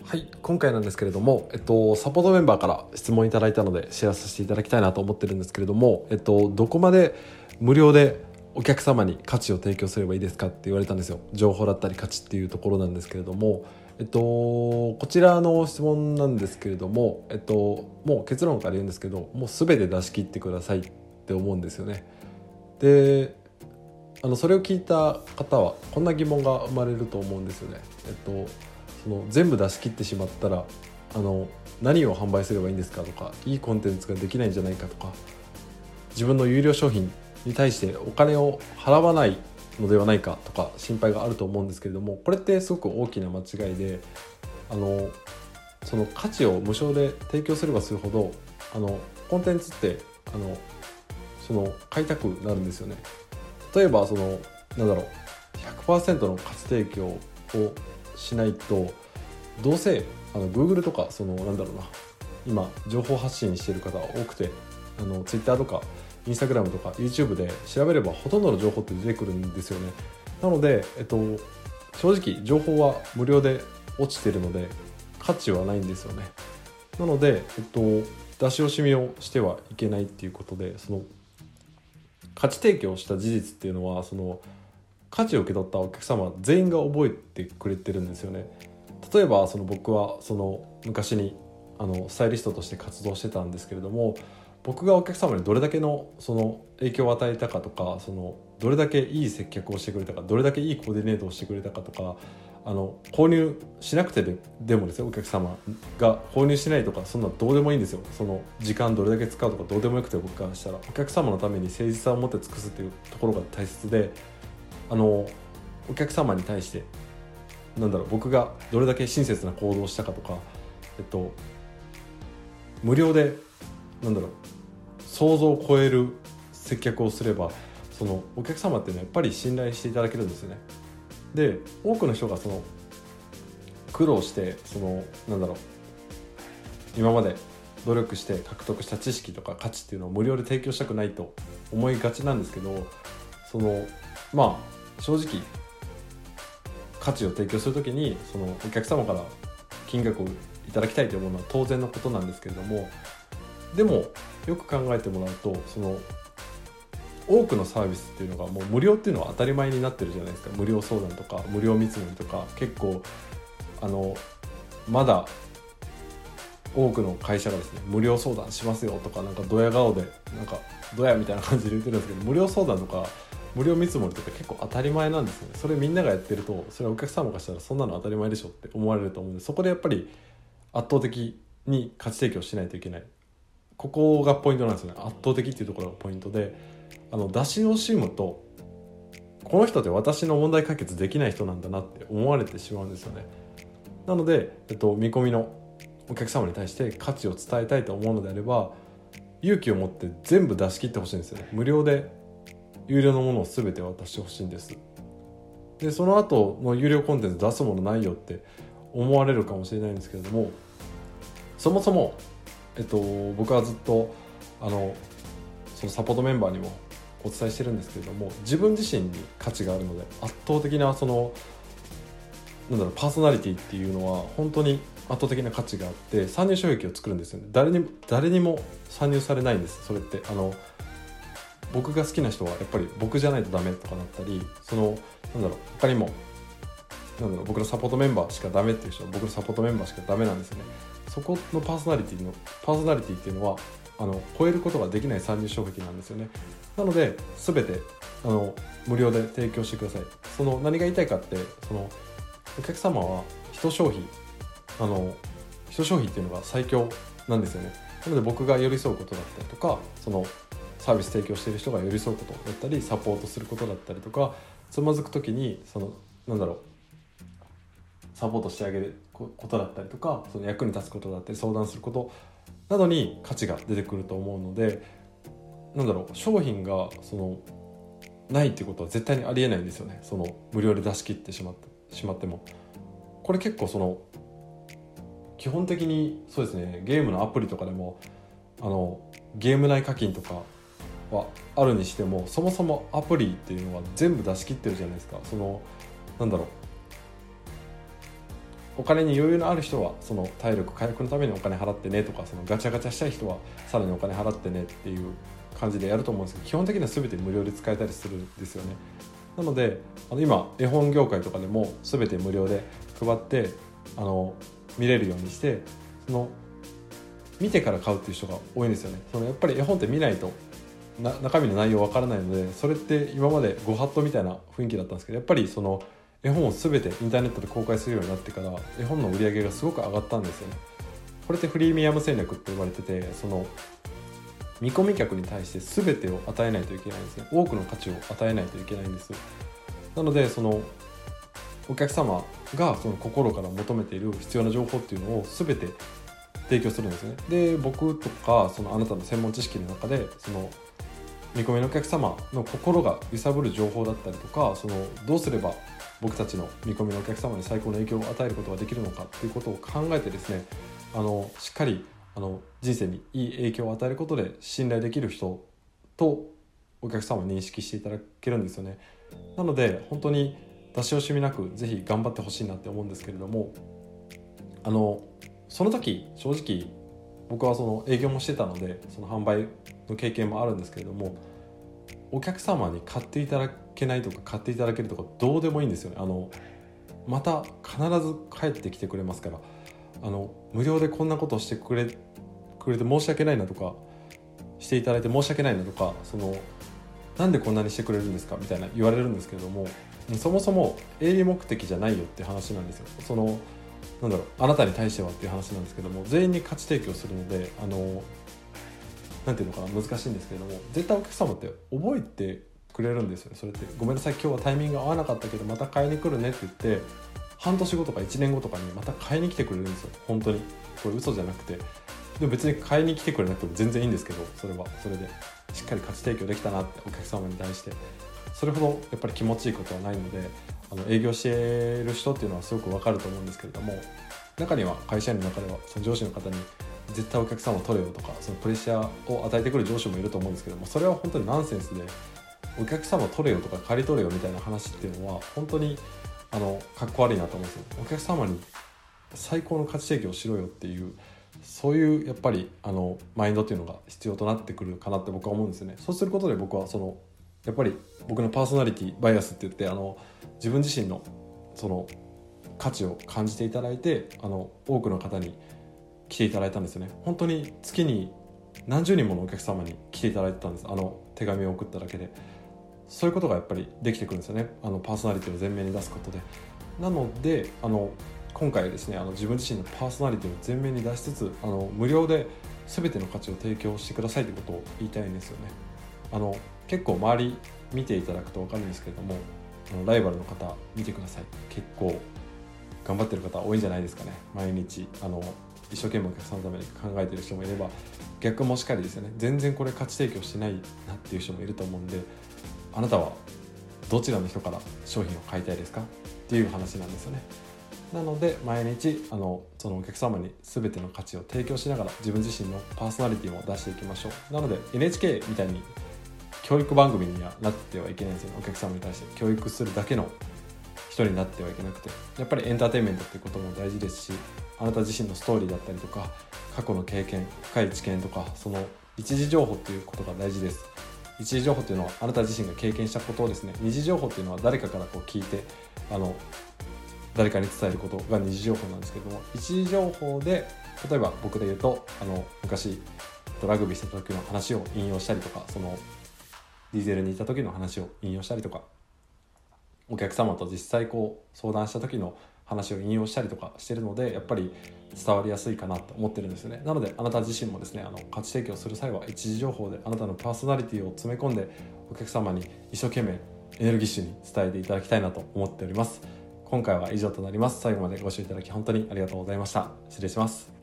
はい、今回なんですけれども、サポートメンバーから質問いただいたのでシェアさせていただきたいなと思ってるんですけれども、どこまで無料でお客様に価値を提供すればいいですかって言われたんですよ。情報だったり価値っていうところなんですけれども、こちらの質問なんですけれども、もう結論から言うんですけど、もう全て出し切ってくださいって思うんですよね。で、それを聞いた方はこんな疑問が生まれると思うんですよね。その全部出し切ってしまったら何を販売すればいいんですかとか、いいコンテンツができないんじゃないかとか、自分の有料商品に対してお金を払わないのではないかとか心配があると思うんですけれども、これってすごく大きな間違いで、その価値を無償で提供すればするほどコンテンツってその買いたくなるんですよね。例えば100% の価値提供をしないと、どうせGoogle とか今情報発信している方が多くて、Twitter とか Instagram とか YouTube で調べればほとんどの情報って出てくるんですよね。なので、正直情報は無料で落ちているので価値はないんですよね。なので、出し惜しみをしてはいけないっていうことで、その価値提供した事実っていうのは、その価値を受け取ったお客様全員が覚えてくれてるんですよね。例えば僕は昔にスタイリストとして活動してたんですけれども、僕がお客様にどれだけの影響を与えたかとか、どれだけいい接客をしてくれたか、どれだけいいコーディネートをしてくれたかとか、購入しなくてでもですよ、お客様が購入しないとかそんなどうでもいいんですよ。その時間どれだけ使うとかどうでもよくて、僕からしたらお客様のために誠実さを持って尽くすというところが大切で、お客様に対して僕がどれだけ親切な行動をしたかとか、無料で想像を超える接客をすれば、そのお客様っていうのはやっぱり信頼していただけるんですよね。で、多くの人が苦労して今まで努力して獲得した知識とか価値っていうのを無料で提供したくないと思いがちなんですけど、正直価値を提供するときにお客様から金額をいただきたいというのは当然のことなんですけれども、でもよく考えてもらうと、多くのサービスっていうのがもう無料っていうのは当たり前になってるじゃないですか。無料相談とか無料見積もりとか、結構まだ多くの会社がですね、無料相談しますよとか、ドヤ顔でドヤみたいな感じで言ってるんですけど、無料相談とか無料見積もりとか結構当たり前なんですよね。それみんながやってると、それはお客様がしたらそんなの当たり前でしょって思われると思うので、そこでやっぱり圧倒的に価値提供しないといけない。ここがポイントなんですよね。圧倒的っていうところがポイントで、出し惜しむと、この人って私の問題解決できない人なんだなって思われてしまうんですよね。なので、見込みのお客様に対して価値を伝えたいと思うのであれば、勇気を持って全部出し切ってほしいんですよね。無料で有料のものを全て渡してほしいんです。で、その後の有料コンテンツ出すものないよって思われるかもしれないんですけれども、そもそも、僕はずっとそのサポートメンバーにもお伝えしてるんですけれども、自分自身に価値があるので、圧倒的なパーソナリティっていうのは本当に圧倒的な価値があって、参入障壁を作るんですよね。誰にも参入されないんです。それって僕が好きな人はやっぱり僕じゃないとダメとかなったり、他にも僕のサポートメンバーしかダメっていう人は僕のサポートメンバーしかダメなんですよね。そこのパーソナリティっていうのは超えることができない参入障壁なんですよね。なので全て無料で提供してください。何が言いたいかって、お客様は一消費っていうのが最強なんですよね。なので僕が寄り添うことだったりとか、サービス提供している人が寄り添うことだったり、サポートすることだったりとか、つまずく時にサポートしてあげることだったりとか、役に立つことだったり相談することなどに価値が出てくると思うので、商品がないっていうことは絶対にありえないんですよね。無料で出し切ってしまっても。これ結構基本的にそうですね、ゲームのアプリとかでもゲーム内課金とかはあるにしても、そもそもアプリっていうのは全部出し切ってるじゃないですか。 お金に余裕のある人はその体力回復のためにお金払ってねとか、そのガチャガチャしたい人はさらにお金払ってねっていう感じでやると思うんですけど、基本的には全て無料で使えたりするんですよね。なので今絵本業界とかでも全て無料で配って見れるようにして、その見てから買うっていう人が多いんですよね。そのやっぱり絵本って見ないと中身の内容わからないので、それって今までご法度みたいな雰囲気だったんですけど、やっぱりその絵本を全てインターネットで公開するようになってから絵本の売り上げがすごく上がったんですよね。これってフリーミアム戦略って言われてて、その見込み客に対して全てを与えないといけないんですね。多くの価値を与えないといけないんです。なのでそのお客様がその心から求めている必要な情報っていうのを全て提供するんですね。で僕とかそのあなたの専門知識の中でその見込みのお客様の心が揺さぶる情報だったりとか、そのどうすれば僕たちの見込みのお客様に最高の影響を与えることができるのかということを考えてですね、しっかり人生にいい影響を与えることで信頼できる人とお客様を認識していただけるんですよね。なので本当に出し惜しみなくぜひ頑張ってほしいなって思うんですけれども、その時正直僕はその営業もしてたのでその販売の経験もあるんですけれども、お客様に買っていただけないとか買っていただけるとかどうでもいいんですよね。また必ず帰ってきてくれますから、無料でこんなことをしてくれて申し訳ないなとか、していただいて申し訳ないなとか、なんでこんなにしてくれるんですかみたいな言われるんですけれども、そもそも営利目的じゃないよっていう話なんですよ。あなたに対してはっていう話なんですけども、全員に価値提供するのでなんていうのかな、難しいんですけれども、絶対お客様って覚えてくれるんですよね。それってごめんなさい今日はタイミング合わなかったけどまた買いに来るねって言って半年後とか1年後とかにまた買いに来てくれるんですよ。本当にこれ嘘じゃなくて。でも別に買いに来てくれなくても全然いいんですけど、それはそれでしっかり価値提供できたなってお客様に対してそれほどやっぱり気持ちいいことはないので、営業している人っていうのはすごく分かると思うんですけれども、中には会社員の中ではその上司の方に絶対お客様を取れよとかそのプレッシャーを与えてくる上司もいると思うんですけども、それは本当にナンセンスで、お客様を取れよとか借り取れよみたいな話っていうのは本当にかっこ悪いなと思うんですよ。お客様に最高の価値提供をしろよっていう、そういうやっぱりマインドっていうのが必要となってくるかなって僕は思うんですよね。そうすることで僕はやっぱり僕のパーソナリティバイアスって言って自分自身のその価値を感じていただいて多くの方に来ていただいたんですよね。本当に月に何十人ものお客様に来ていただいてたんです。手紙を送っただけで。そういうことがやっぱりできてくるんですよね。パーソナリティを前面に出すことで。なので今回ですね自分自身のパーソナリティを前面に出しつつ無料で全ての価値を提供してくださいということを言いたいんですよね。結構周り見ていただくと分かるんですけれどもライバルの方見てください。結構頑張ってる方多いんじゃないですかね。毎日一生懸命お客さんのために考えている人もいれば、逆もしかりですよね。全然これ価値提供してないなっていう人もいると思うんで、あなたはどちらの人から商品を買いたいですかっていう話なんですよね。なので毎日そのお客様に全ての価値を提供しながら自分自身のパーソナリティも出していきましょう。なので NHK みたいに教育番組にはなってはいけないんですよね。お客様に対して教育するだけの人になってはいけなくて、やっぱりエンターテインメントっていうことも大事ですし、あなた自身のストーリーだったりとか過去の経験、深い知見とかその一時情報っていうことが大事です。一時情報っていうのはあなた自身が経験したことをですね、二次情報っていうのは誰かから聞いて誰かに伝えることが二次情報なんですけども、一次情報で例えば僕で言うと昔ラグビーしてた時の話を引用したりとか、ディーゼルにいた時の話を引用したりとか、お客様と実際相談した時の話を引用したりとかしてるので、やっぱり伝わりやすいかなと思ってるんですよね。なのであなた自身もですね価値提供する際は一次情報であなたのパーソナリティを詰め込んでお客様に一生懸命エネルギッシュに伝えていただきたいなと思っております。今回は以上となります。最後までご視聴いただき本当にありがとうございました。失礼します。